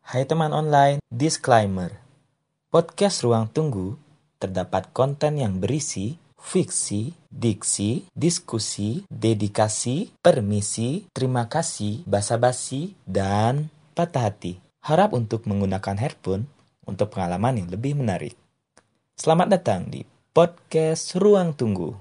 Hai teman online, disclaimer. Podcast Ruang Tunggu terdapat konten yang berisi fiksi, diksi, diskusi, dedikasi, permisi, terima kasih, basa-basi, dan patah hati. Harap untuk menggunakan headphone untuk pengalaman yang lebih menarik. Selamat datang di Podcast Ruang Tunggu.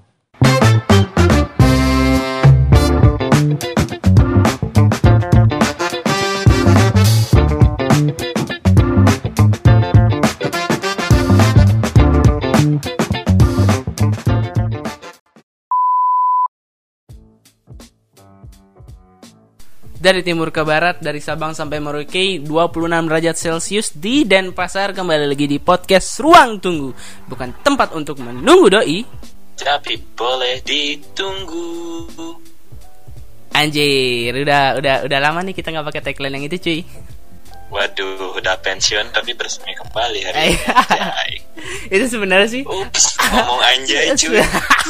Dari timur ke barat, dari Sabang sampai Merauke, 26 derajat Celcius di Denpasar. Kembali lagi di podcast Ruang Tunggu. Bukan tempat untuk menunggu doi, tapi boleh ditunggu. Anjir, udah lama nih kita nggak pakai tagline yang itu, cuy. Waduh, udah pensiun tapi bersemi kembali hari ini. Itu sebenarnya sih. Ups, ngomong anjay cuy.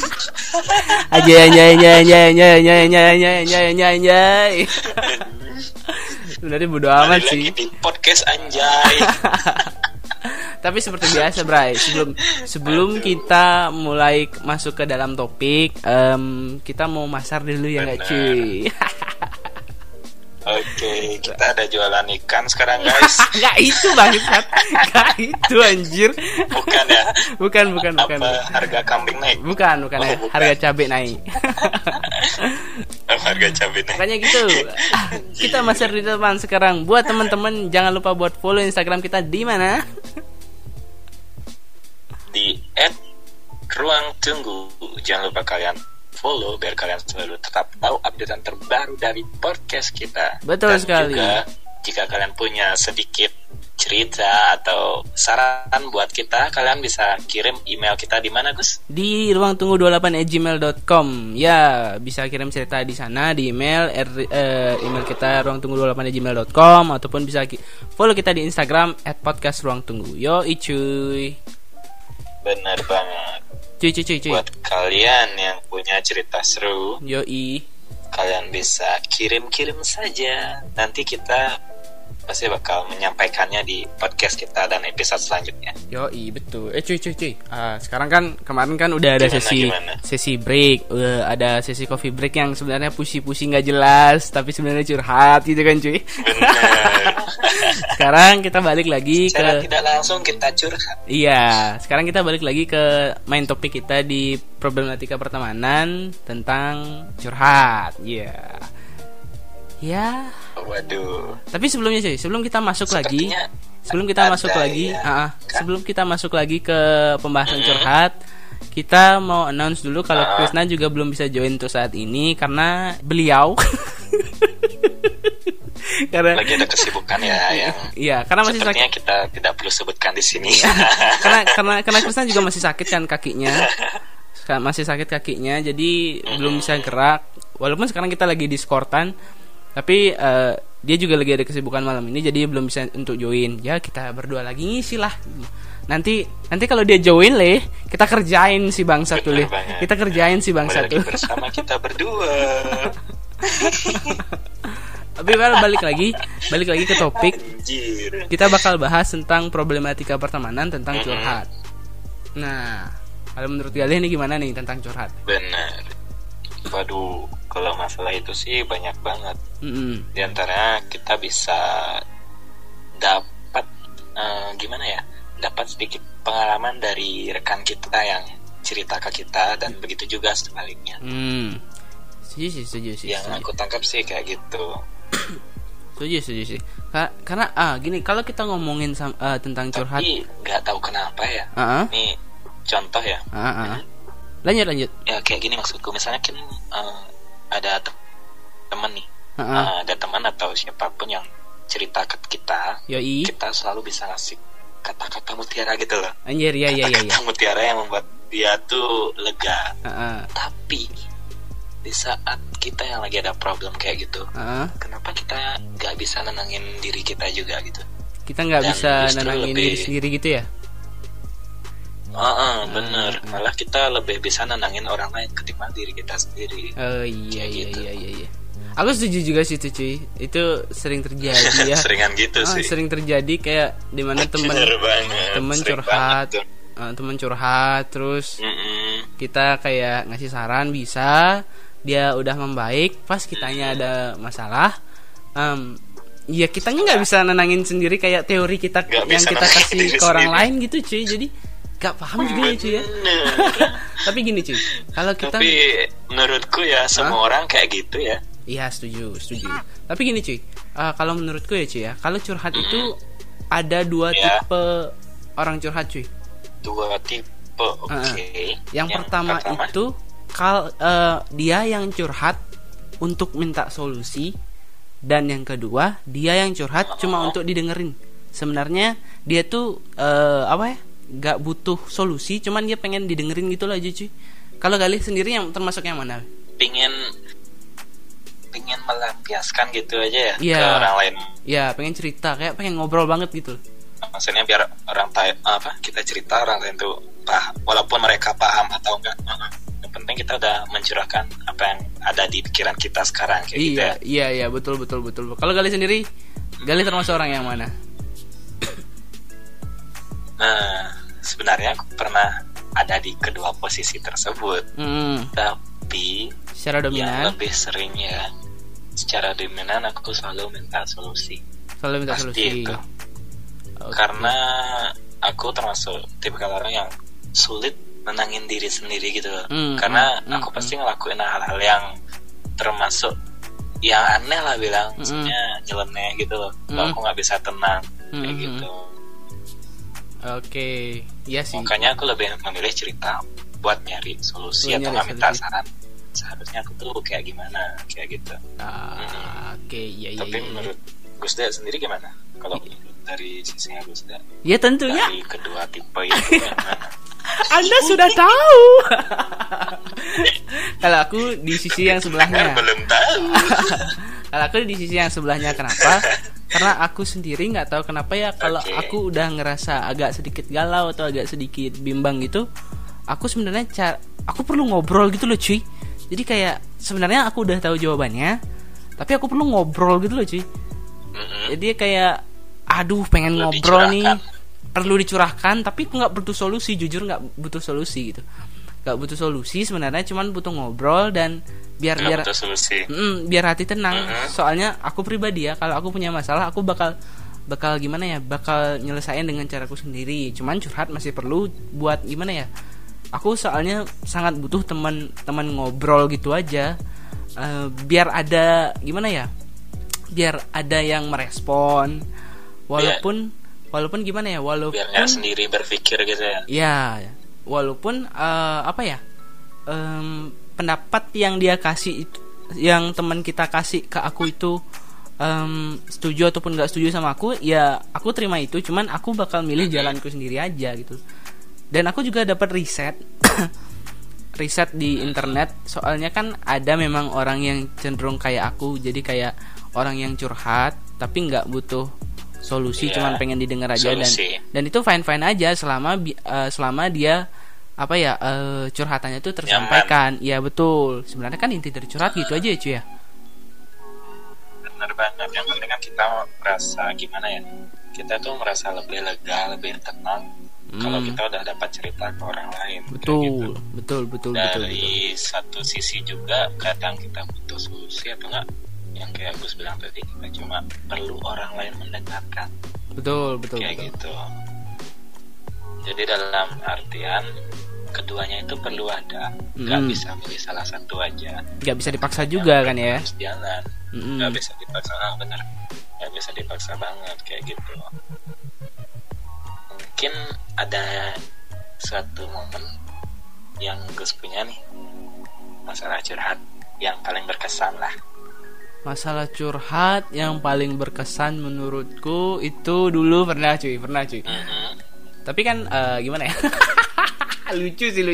Anjay. Sebenarnya bodo amat sih. Lagi di podcast anjay. Tapi seperti biasa, Bray, sebelum kita mulai masuk ke dalam topik, kita mau masar dulu ya nggak, cuy? Oke, kita ada jualan ikan sekarang, guys. Nggak itu bangsat, nggak itu anjir. Bukan ya? Bukan. Apa harga kambing naik? Bukan. Bukan. Harga cabai naik. Harga cabai naik. Makanya gitu. Kita masih di depan sekarang. Buat teman-teman jangan lupa buat follow Instagram kita di mana? Di @ruangtunggu. Jangan lupa kalian follow biar kalian selalu tetap tahu updatean terbaru dari podcast kita. Betul dan sekali. Juga jika kalian punya sedikit cerita atau saran buat kita, kalian bisa kirim email kita di mana, Gus? Di ruangtunggu28@gmail.com. Ya, bisa kirim cerita di sana di email email kita ruangtunggu28@gmail.com ataupun bisa follow kita di Instagram @podcastruangtunggu. Yo, cuy. Benar banget. Cuy. Buat kalian yang punya cerita seru, Yoi. kalian bisa kirim saja. Nanti kita pasti bakal menyampaikannya di podcast kita dan episode selanjutnya. Yoi, betul. Cuy. Sekarang kan kemarin kan udah ada Gimana? sesi break, ada sesi coffee break yang sebenarnya pusi nggak jelas, tapi sebenarnya curhat gitu kan, cuy. Benar. Sekarang kita balik lagi Secara tidak langsung kita curhat. Iya, sekarang kita balik lagi ke main topik kita di problematika pertemanan tentang curhat. Iya. Ya. Waduh. Tapi sebelumnya, cuy, sebelum kita masuk lagi ke pembahasan curhat, kita mau announce dulu kalau Krisna juga belum bisa join untuk saat ini karena beliau karena lagi ada kesibukan ya yang karena masih sepertinya sakit. kita tidak perlu sebutkan di sini. karena Krisna juga masih sakit kan kakinya. Masih sakit kakinya, jadi belum bisa gerak. Walaupun sekarang kita lagi di Skortan, tapi dia juga lagi ada kesibukan malam ini, jadi belum bisa untuk join. Ya kita berdua lagi ngisi lah. Nanti kalau dia join kita kerjain si bangsat tuh Kita kerjain si bangsat tuh. Bersama kita berdua. Tapi balik lagi ke topik. Anjir. Kita bakal bahas tentang problematika pertemanan, tentang curhat. Nah, kalau menurut kalian ini gimana nih tentang curhat? Benar. Waduh, kalau masalah itu sih banyak banget. Di antara kita bisa dapat dapat sedikit pengalaman dari rekan kita yang cerita ke kita, dan begitu juga sebaliknya. Setuju sih. Yang aku tangkap sih kayak gitu. Setuju sih. Karena gini, kalau kita ngomongin tentang curhat, tapi nggak tahu kenapa ya. Ini contoh ya. Lanjut. Ya kayak gini maksudku, misalnya kan ada teman nih, ada teman atau siapapun yang cerita ke kita. Yoi. Kita selalu bisa ngasih kata-kata mutiara gitu loh. Anjir, ya. Kata-kata mutiara yang membuat dia tuh lega. Tapi di saat kita yang lagi ada problem kayak gitu, kenapa kita nggak bisa nenangin diri kita juga gitu? Kita nggak bisa nenangin diri sendiri gitu ya? Bener. Malah kita lebih bisa nenangin orang lain ketimbang diri kita sendiri. Oh iya. Aku setuju juga sih itu cuy. Itu sering terjadi ya. Seringan gitu sih. Sering terjadi kayak dimana temen curhat terus kita kayak ngasih saran bisa, dia udah membaik, pas kitanya ada masalah, ya kitanya nggak bisa nenangin sendiri kayak teori kita gak yang kita kasih ke orang lain gitu cuy. Jadi gak paham juga ya cuy ya. Tapi gini cuy, kalau kita, tapi menurutku ya semua orang kayak gitu ya. Iya setuju. Tapi gini cuy, kalau menurutku ya cuy ya, kalau curhat itu ada dua tipe orang curhat cuy. Dua tipe, oke. Yang pertama itu dia yang curhat untuk minta solusi, dan yang kedua dia yang curhat cuma untuk didengerin. Sebenarnya dia tuh gak butuh solusi, cuman dia pengen didengerin gitu lah aja cuy. Kalau Galih sendiri yang termasuk yang mana? Pengen melampiaskan gitu aja ya, ke orang lain. Iya, pengen cerita, kayak pengen ngobrol banget gitu. Maksudnya biar kita cerita orang lain tuh paham, walaupun mereka paham atau enggak. Yang penting kita udah mencurahkan apa yang ada di pikiran kita sekarang kayak gitu ya. Iya, betul. Kalau Galih sendiri, Galih termasuk orang yang mana? Nah, sebenarnya aku pernah ada di kedua posisi tersebut. Tapi secara dominan, yang lebih seringnya secara dominan aku selalu minta solusi. Pasti itu. Okay. Karena aku termasuk tipe orang yang sulit menangin diri sendiri gitu. Karena aku pasti ngelakuin hal-hal yang termasuk yang aneh lah bilang, maksudnya nyeleneh gitu loh. Aku nggak bisa tenang kayak gitu. Oke, iya sih. Makanya aku lebih memilih cerita buat nyari solusi atau nggak minta saran. Seharusnya aku tuh kayak gimana, kayak gitu. Oke, iya. Tapi menurut Gusda sendiri gimana? Kalau dari sisinya Gusda? Ya tentunya. Dari kedua tipe itu yang mana? Anda sudah tahu. Kalau aku di sisi yang sebelahnya. Belum tahu. Kalau aku di sisi yang sebelahnya, kenapa? Karena aku sendiri nggak tahu kenapa ya, kalau aku udah ngerasa agak sedikit galau atau agak sedikit bimbang gitu, aku sebenarnya aku perlu ngobrol gitu loh cuy. Jadi kayak sebenarnya aku udah tahu jawabannya, tapi aku perlu ngobrol gitu loh cuy. Jadi kayak aduh pengen ngobrol nih, perlu dicurahkan, tapi aku nggak butuh solusi, jujur nggak butuh solusi gitu. Nggak butuh solusi sebenarnya, cuman butuh ngobrol dan biar hati tenang. Soalnya aku pribadi ya, kalau aku punya masalah aku bakal gimana ya, bakal nyelesain dengan caraku sendiri. Cuman curhat masih perlu buat gimana ya, aku soalnya sangat butuh teman ngobrol gitu aja, biar ada gimana ya, biar ada yang merespon, walaupun gimana ya, walaupun biar nggak sendiri berpikir gitu ya. Ya, walaupun pendapat yang dia kasih itu, yang teman kita kasih ke aku itu setuju ataupun nggak setuju sama aku, ya aku terima itu. Cuman aku bakal milih jalanku sendiri aja gitu. Dan aku juga dapat riset di internet. Soalnya kan ada memang orang yang cenderung kayak aku, jadi kayak orang yang curhat tapi nggak butuh solusi, cuman pengen didengar aja. Dan itu fine aja selama dia curhatannya itu tersampaikan. Iya betul. Sebenarnya kan inti dari curhat gitu aja ya cuy ya. Benar banget. Yang penting kan kita merasa gimana ya, kita tuh merasa lebih lega, lebih tenang kalau kita udah dapat cerita ke orang lain. Betul. Dari satu sisi juga kadang kita butuh solusi atau enggak, yang kayak Gus bilang tadi, kita cuma perlu orang lain mendengarkan. Betul. Gitu. Jadi dalam artian keduanya itu perlu ada, nggak bisa milih salah satu aja. Nggak bisa dipaksa juga kan ya? Harus jalan, nggak bisa dipaksa, benar, nggak bisa dipaksa banget kayak gitu. Mungkin ada suatu momen yang Gus punya nih, masalah curhat yang paling berkesan lah. Masalah curhat yang paling berkesan menurutku itu dulu pernah cuy. Tapi kan gimana ya? lucu sih.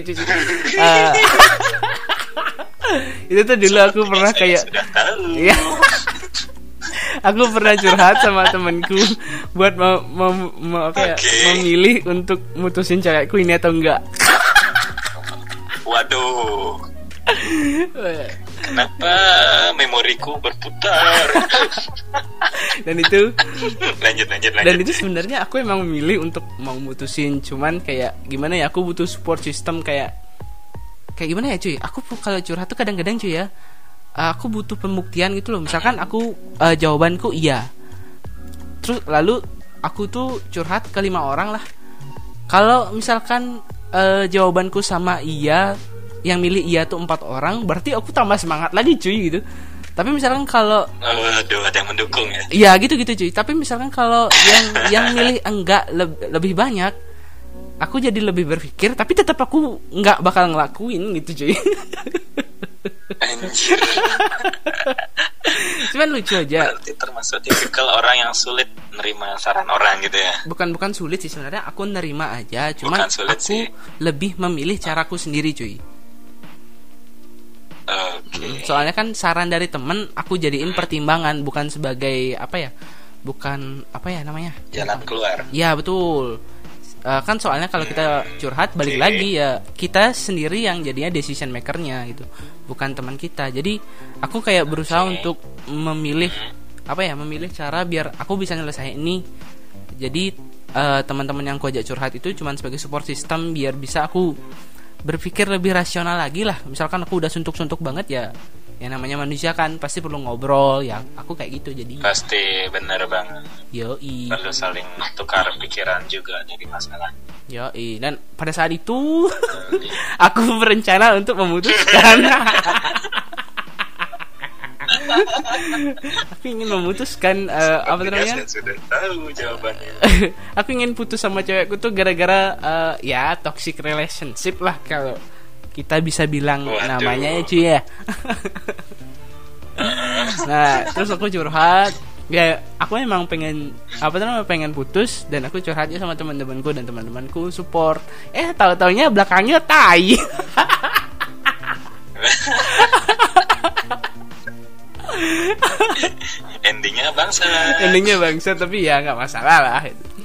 Itu tuh dulu aku pernah kayak, ya, aku pernah curhat sama temanku buat memilih untuk mutusin cewekku ini atau enggak. Waduh. Kenapa memoriku berputar? Dan itu lanjut. Dan itu sebenarnya aku emang memilih untuk mau mutusin, cuman kayak gimana ya, aku butuh support system kayak gimana ya cuy. Aku kalau curhat tuh kadang-kadang cuy ya, aku butuh pembuktian gitu loh. Misalkan aku jawabanku iya, terus lalu aku tuh curhat ke 5 orang lah. Kalau misalkan jawabanku sama iya, yang milih iya tuh 4 orang, berarti aku tambah semangat lagi cuy gitu. Tapi misalkan kalau aduh, ada yang mendukung ya. Iya gitu cuy. Tapi misalkan kalau yang milih enggak lebih banyak, aku jadi lebih berpikir, tapi tetap aku enggak bakal ngelakuin gitu cuy. Anjir. Cuman lucu aja. Berarti termasuk tipikal orang yang sulit nerima saran orang gitu ya. Bukan sulit sih sebenarnya, aku nerima aja, cuman aku lebih memilih caraku sendiri cuy. Okay. Soalnya kan saran dari temen aku jadiin pertimbangan, bukan sebagai bukan namanya, jalan keluar. Ya betul. Kan soalnya kalau kita curhat balik lagi ya kita sendiri yang jadinya decision makernya gitu, bukan teman kita. Jadi aku kayak berusaha untuk memilih memilih cara biar aku bisa nyelesain ini. Jadi teman-teman yang aku ajak curhat itu cuman sebagai support system biar bisa aku berpikir lebih rasional lagi lah. Misalkan aku udah suntuk-suntuk banget ya namanya manusia kan pasti perlu ngobrol ya. Aku kayak gitu jadi. Pasti bener banget. Yoi. Perlu saling tukar pikiran juga dari masalah. Yoi. Dan pada saat itu aku berencana untuk memutuskan. Aku ingin memutuskan apa namanya? Sudah tahu jawabannya. Aku ingin putus sama cewekku tuh gara-gara toxic relationship lah kalau kita bisa bilang. Waduh. Namanya ya cuy ya. Nah terus aku curhat. Ya aku emang pengen pengen putus, dan aku curhatnya sama teman-temanku, dan teman-temanku support. Tahu-taunya belakangnya tai. Endingnya bangsa tapi ya nggak masalah lah.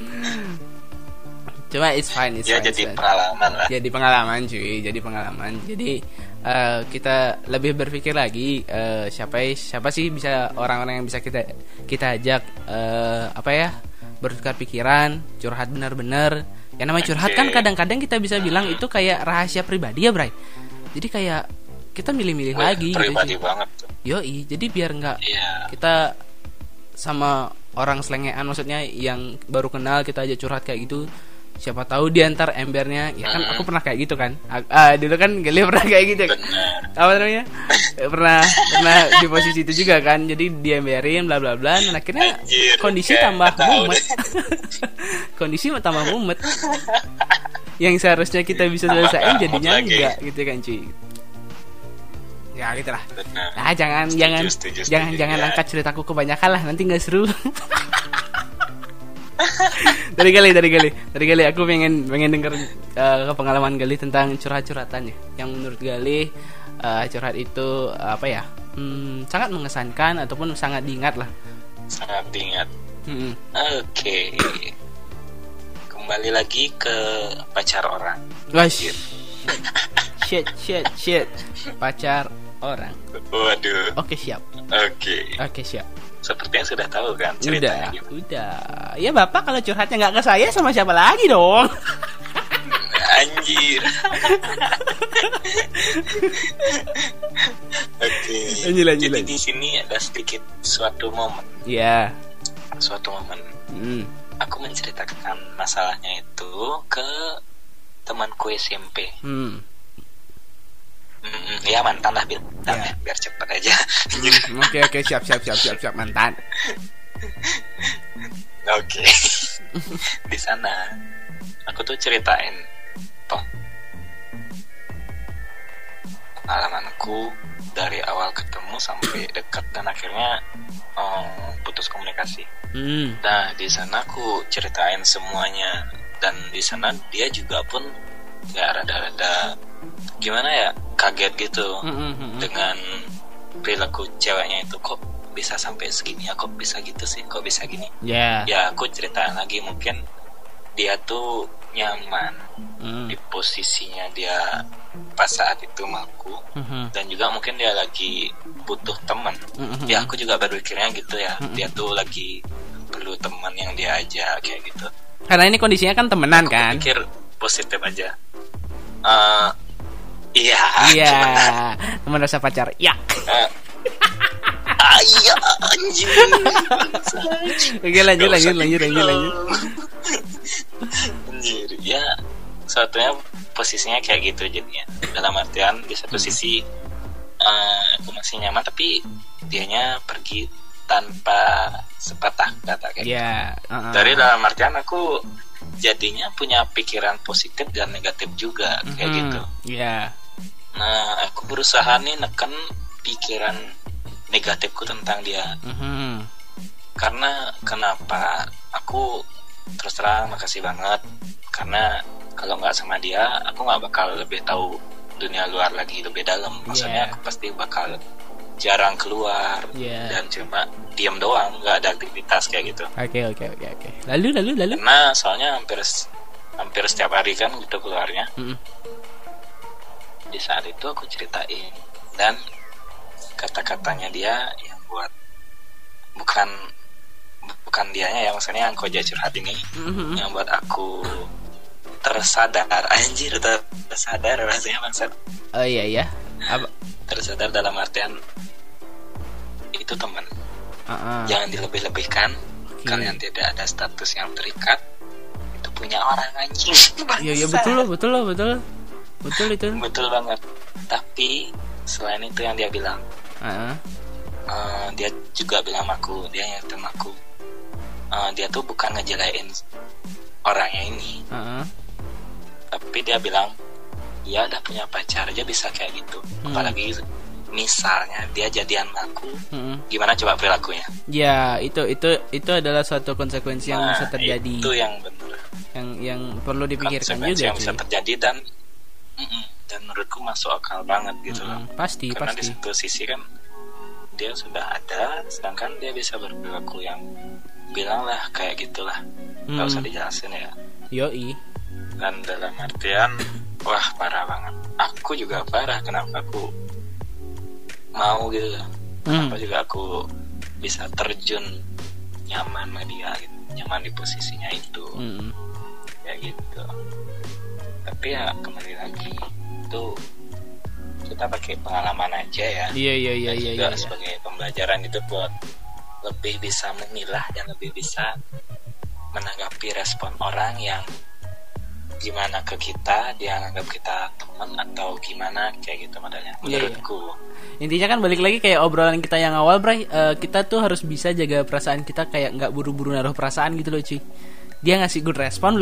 Cuma it's fine. Jadi pengalaman lah. Jadi pengalaman. Jadi kita lebih berpikir lagi siapa sih bisa orang-orang yang bisa kita ajak bertukar pikiran, curhat benar-benar. Yang namanya curhat kan kadang-kadang kita bisa bilang itu kayak rahasia pribadi ya, Bray. Jadi kayak kita milih-milih lagi pribadi gitu. Banget tuh. Yoi, jadi biar nggak kita sama orang selengean, maksudnya yang baru kenal kita aja curhat kayak gitu. Siapa tahu dia ntar embernya, ya kan aku pernah kayak gitu kan. Dulu kan Gali pernah kayak gitu kan. Apa namanya? pernah di posisi itu juga kan. Jadi dia emberin bla bla bla, dan akhirnya kondisi tambah mumet. Kondisi tambah mumet. Yang seharusnya kita bisa selesaiin jadinya enggak gitu kan cuy. Ya gitu lah. Nah, jangan angkat ceritaku kebanyakan lah, nanti nggak seru. dari Gali aku pengen denger pengalaman Gali tentang curhatannya. Yang menurut Gali curhat itu sangat mengesankan ataupun sangat diingat lah. Sangat diingat. Oke. Kembali lagi ke pacar orang. Shit. Pacar orang. Waduh. Oke, siap. Oke, siap. Sepertinya sudah tahu kan ceritanya. Udah. Ya Bapak kalau curhatnya nggak ke saya, sama siapa lagi dong? Anjir. Oke. Jadi di sini ada sedikit suatu momen. Iya. Suatu momen. Aku menceritakan masalahnya itu ke temanku SMP. Ya mantan lah biar cepet aja. Oke, siap mantan. Oke. Di sana aku tuh ceritain pengalamanku dari awal ketemu sampai dekat dan akhirnya putus komunikasi. Nah di sana aku ceritain semuanya, dan di sana dia juga pun ya rada-rada gimana ya, kaget gitu dengan perilaku ceweknya itu. Kok bisa sampai segini ya, kok bisa gitu sih, kok bisa gini. Ya aku ceritain lagi, mungkin dia tuh nyaman di posisinya dia pas saat itu aku, dan juga mungkin dia lagi butuh teman. Ya aku juga berpikirnya gitu ya, dia tuh lagi perlu teman yang dia ajak kayak gitu. Karena ini kondisinya kan temenan aku kan. Pikir positif aja. Iya. Teman rasa pacar. Ya. Iya anjir. Oke lanjut. Anjir, ya satunya posisinya kayak gitu jadinya. Dalam artian di satu sisi aku masih nyaman, tapi dianya pergi tanpa sepatah kata kayak gitu. Dari dalam artian aku jadinya punya pikiran positif dan negatif juga kayak gitu. Nah, aku berusaha nih neken pikiran negatifku tentang dia. Karena kenapa? Aku terus terang makasih banget, karena kalau nggak sama dia aku nggak bakal lebih tahu dunia luar lagi lebih dalam. Maksudnya aku pasti bakal jarang keluar dan cuma diam doang, nggak ada aktivitas kayak gitu. Oke. Lalu karena soalnya hampir setiap hari kan gitu keluarnya. Di saat itu aku ceritain, dan kata-katanya dia yang buat bukan dianya ya, maksudnya yang koja curhat ini yang buat aku tersadar. Anjir, tersadar rasanya bangsat. Oh iya. Apa? Tersadar dalam artian itu teman. Jangan dilebih-lebihkan. Kalian tidak ada status yang terikat. Itu punya orang anjing. Iya betul loh. Betul itu. Betul banget. Tapi selain itu yang dia bilang, dia juga bilang aku, dia nyatain aku, dia tuh bukan ngejelain orangnya ini, tapi dia bilang dia udah punya pacar aja bisa kayak gitu. Apalagi misalnya dia jadian sama aku, gimana coba perilakunya? Ya itu adalah suatu konsekuensi yang bisa terjadi. Itu yang benar. Yang perlu dipikirkan juga. Yang bisa terjadi dan menurutku masuk akal banget gitu loh. Pasti. Karena di satu sisi kan dia sudah ada, sedangkan dia bisa berperilaku yang bilang lah kayak gitulah, nggak usah dijelasin ya. Yoi. Dan dalam artian wah parah banget. Aku juga parah. Kenapa aku mau gitu? Kenapa juga aku bisa terjun nyaman sama dia gitu, nyaman di posisinya itu, kayak gitu. Tapi ya kembali lagi itu kita pakai pengalaman aja ya. Iya. Juga sebagai pembelajaran itu buat lebih bisa memilah dan lebih bisa menanggapi respon orang yang gimana ke kita, dia nganggap kita teman atau gimana kayak gitu modelnya. Menurutku. Intinya kan balik lagi kayak obrolan kita yang awal, Bray. Kita tuh harus bisa jaga perasaan kita, kayak nggak buru-buru naruh perasaan gitu loh, cuy. Dia ngasih good respon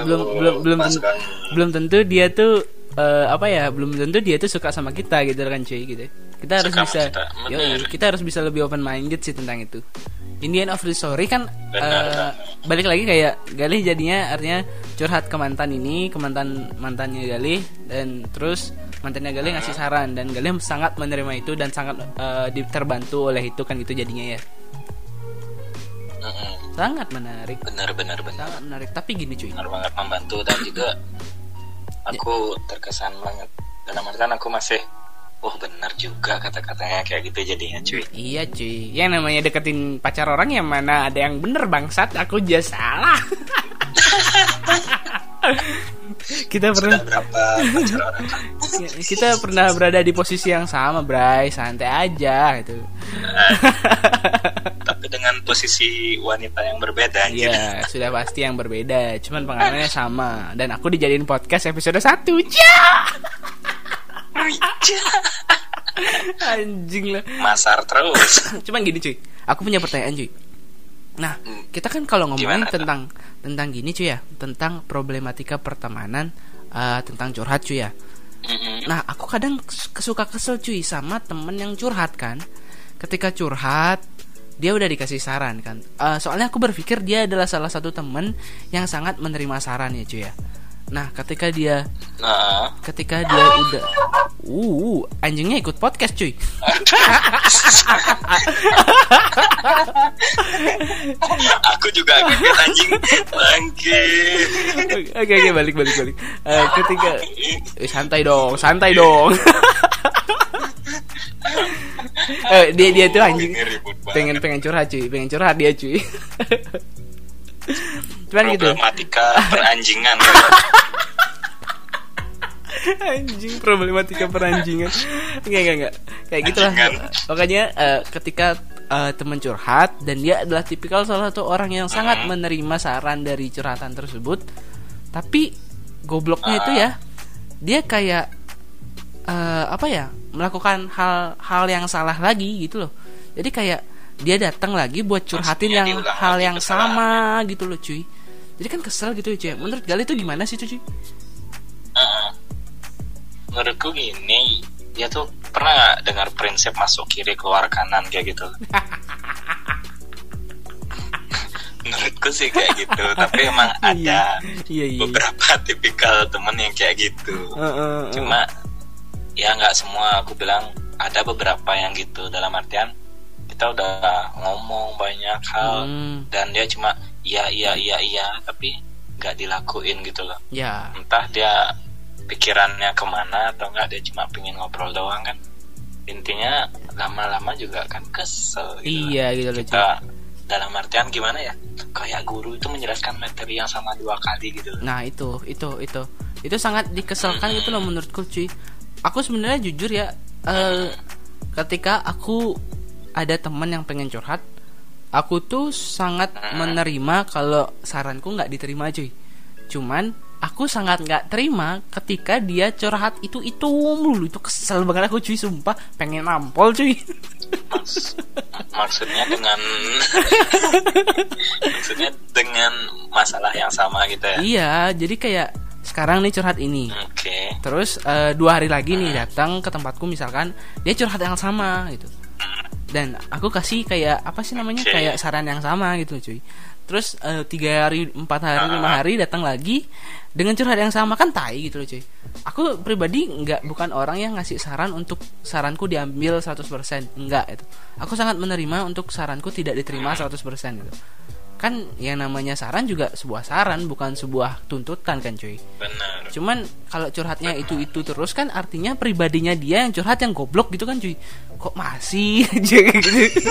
belum tentu dia tuh belum tentu dia tuh suka sama kita gitu kan, cuy, gitu. Kita harus kita harus bisa lebih open minded sih tentang itu. In the end of the story kan balik lagi kayak Galih jadinya artinya curhat ke mantannya Galih, dan terus mantannya Galih ngasih saran, dan Galih sangat menerima itu dan sangat terbantu oleh itu kan, gitu jadinya ya. Sangat menarik. Benar. Sangat menarik. Tapi gini cuy, benar banget membantu, dan juga aku terkesan banget. Dalam artian aku masih benar juga kata-katanya kayak gitu jadinya cuy. Iya cuy. Yang namanya deketin pacar orang yang mana ada yang bener bangsat, aku aja salah. Kita pernah berapa pacar orang kan? Kita pernah berada di posisi yang sama, Bray. Santai aja gitu. Tapi dengan posisi wanita yang berbeda. Iya, sudah pasti yang berbeda. Cuman pengalamannya sama. Dan aku dijadiin podcast episode 1. Anjing lah. Masar terus. Cuman gini cuy, aku punya pertanyaan cuy. Nah, kita kan kalau ngomongin tentang gini cuy ya, tentang problematika pertemanan, tentang curhat cuy ya. Nah, aku kadang suka kesel cuy sama temen yang curhat kan. Ketika curhat, dia udah dikasih saran kan. Soalnya aku berpikir dia adalah salah satu temen yang sangat menerima saran ya cuy ya. Nah, ketika dia udah anjingnya ikut podcast, cuy. Aku juga kaget anjing. Bangke. Oke, balik. Ketika santai dong. Dia tuh anjing pengen curhat dia, cuy. Cuman gitu. Problematika peranjingan. Anjing, problematika peranjingan. Enggak. Kayak gitulah. Makanya ketika teman curhat dan dia adalah tipikal salah satu orang yang sangat menerima saran dari curhatan tersebut, tapi gobloknya itu ya, dia kayak melakukan hal yang salah lagi gitu loh. Jadi kayak dia datang lagi buat curhatin hal yang sama gitu loh, cuy. Jadi kan kesel gitu ya, cuy. Menurut Gali itu gimana sih, cuy? Menurutku gini, dia tuh pernah dengar prinsip masuk kiri keluar kanan kayak gitu. Menurutku sih kayak gitu, tapi emang ada beberapa tipikal temen yang kayak gitu. Cuma ya nggak semua, aku bilang ada beberapa yang gitu, dalam artian kita udah ngomong banyak hal dan dia cuma iya tapi nggak dilakuin gitu loh. Entah dia pikirannya kemana atau enggak, dia cuma pengen ngobrol doang kan. Intinya lama-lama juga kan kesel gitu. Gitu loh. Kita dalam artian gimana ya, kayak guru itu menjelaskan materi yang sama 2 kali gitu. Nah itu sangat dikeselkan gitu loh menurutku, cuy. Aku sebenarnya jujur ya, ketika aku ada teman yang pengen curhat, aku tuh sangat menerima kalau saranku nggak diterima, cuy. Cuman aku sangat nggak terima ketika dia curhat itu mulu. Itu kesel banget aku, cuy, sumpah pengen nampol, cuy. Maksudnya dengan masalah yang sama gitu ya. Iya, jadi kayak sekarang nih curhat ini. Terus 2 hari lagi nih datang ke tempatku, misalkan dia curhat yang sama gitu. Dan aku kasih kayak kayak saran yang sama gitu, cuy. Terus 3 hari, 4 hari, 5 hari datang lagi dengan curhat yang sama, kan tai gitu loh, cuy. Aku pribadi bukan orang yang ngasih saran untuk saranku diambil 100%, enggak itu. Aku sangat menerima untuk saranku tidak diterima 100% gitu. Kan yang namanya saran juga sebuah saran, bukan sebuah tuntutan kan, cuy. Benar. Cuman kalau curhatnya itu terus kan artinya pribadinya dia yang curhat yang goblok gitu kan, cuy. Kok masih aja gitu.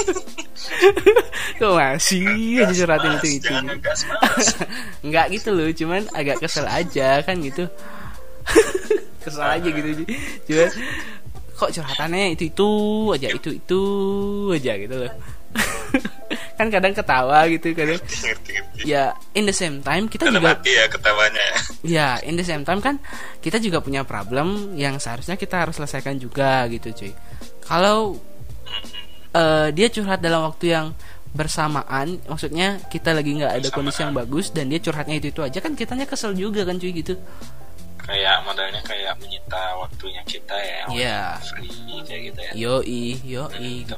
Kok masih aja curhatin itu. Enggak gitu loh, cuman agak kesel aja kan gitu. Kesel aja gitu. Cuman kok curhatannya itu aja gitu loh. Kan kadang ketawa gitu, kadang ya in the same time kita dalam juga hati ya ketawanya ya in the same time kan kita juga punya problem yang seharusnya kita harus selesaikan juga gitu, cuy. Kalau dia curhat dalam waktu yang bersamaan, maksudnya kita lagi nggak ada kondisi yang bagus dan dia curhatnya itu aja, kan kitanya kesel juga kan, cuy, gitu. Kayak modalnya kayak menyita waktunya kita ya. Free kayak gitu ya. Yoi gitu.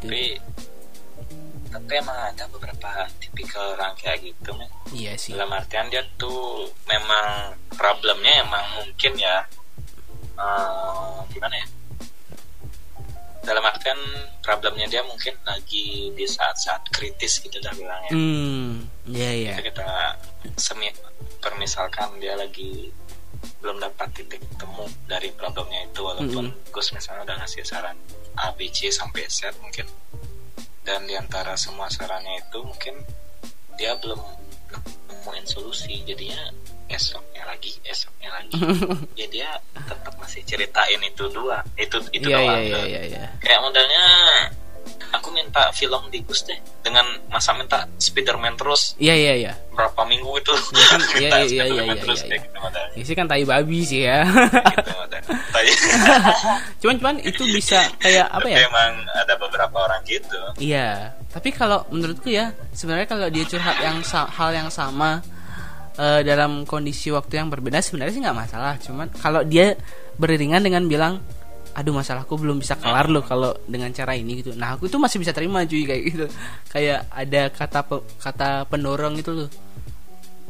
Tapi emang ada beberapa tipikal orang kayak gitu, men. Iya sih. Dalam artian dia tuh memang problemnya emang mungkin ya gimana ya? Dalam artian problemnya dia mungkin lagi di saat-saat kritis gitu dah bilangnya. Iya. Kita permisalkan dia lagi belum dapat titik temu dari problemnya itu, walaupun Gus misalnya udah ngasih saran A, B, C sampai Z mungkin. Dan diantara semua sarannya itu mungkin dia belum nemuin solusi, jadinya esoknya lagi ya dia tetap masih ceritain itu doang. Iya. Kayak modalnya aku minta film di Gus deh, dengan masa minta Spiderman terus. Iya. Berapa minggu itu? Iya. Ini sih kan tai babi sih ya. Gitu, tai. Cuman itu bisa kayak apa ya? Emang ada beberapa orang gitu. Iya. Tapi kalau menurutku ya, sebenarnya kalau dia curhat hal yang sama dalam kondisi waktu yang berbeda, sebenarnya sih nggak masalah. Cuman kalau dia beriringan dengan bilang, aduh masalahku belum bisa kelar loh kalau dengan cara ini gitu, nah aku itu masih bisa terima, cuy, kayak gitu. Kayak ada kata pendorong gitu loh.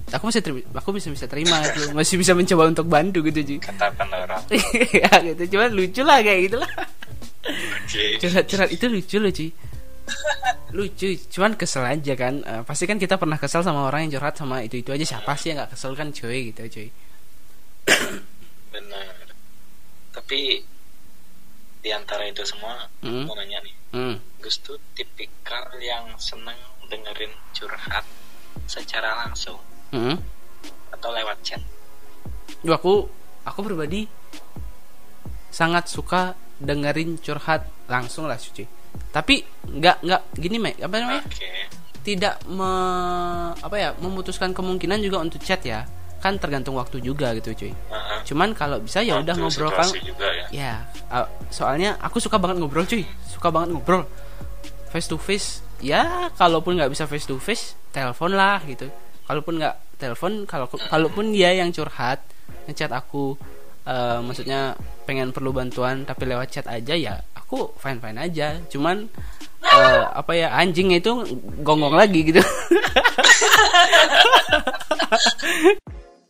aku bisa terima gitu. Masih bisa mencoba untuk bantu gitu Cuy. Katakan orang. Ya gitu, cuma lucu lah kayak gitulah. Curhat itu lucu loh Cuy. Lucu, cuman kesel aja kan. Pasti kan kita pernah kesel sama orang yang curhat sama itu aja. Siapa sih yang gak kesel kan cuy gitu cuy. Benar. Tapi di antara itu semua mau nanya nih, Gus tuh tipikal yang seneng dengerin curhat secara langsung atau lewat chat? Aku pribadi sangat suka dengerin curhat langsung lah cuy. Tapi nggak gini apa namanya? Tidak memutuskan kemungkinan juga untuk chat ya. Kan tergantung waktu juga gitu cuy. Cuman kalau bisa ya udah ngobrol kan. Ya, soalnya aku suka banget ngobrol cuy. Suka banget ngobrol. Face to face. Ya, kalaupun nggak bisa face to face, telepon lah gitu. Kalaupun nggak telepon, kalaupun dia yang curhat, ngechat aku, maksudnya pengen perlu bantuan tapi lewat chat aja ya, aku fine aja. Cuman anjingnya itu gonggong lagi gitu.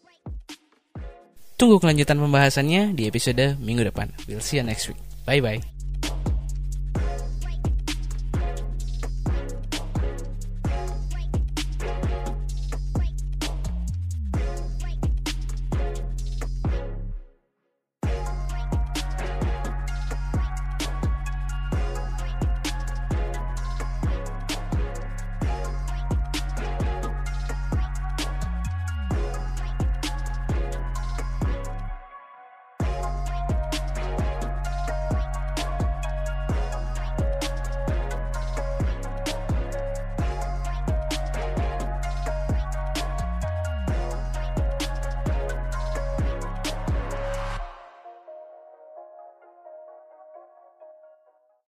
Tunggu kelanjutan pembahasannya di episode minggu depan. We'll see you next week. Bye bye.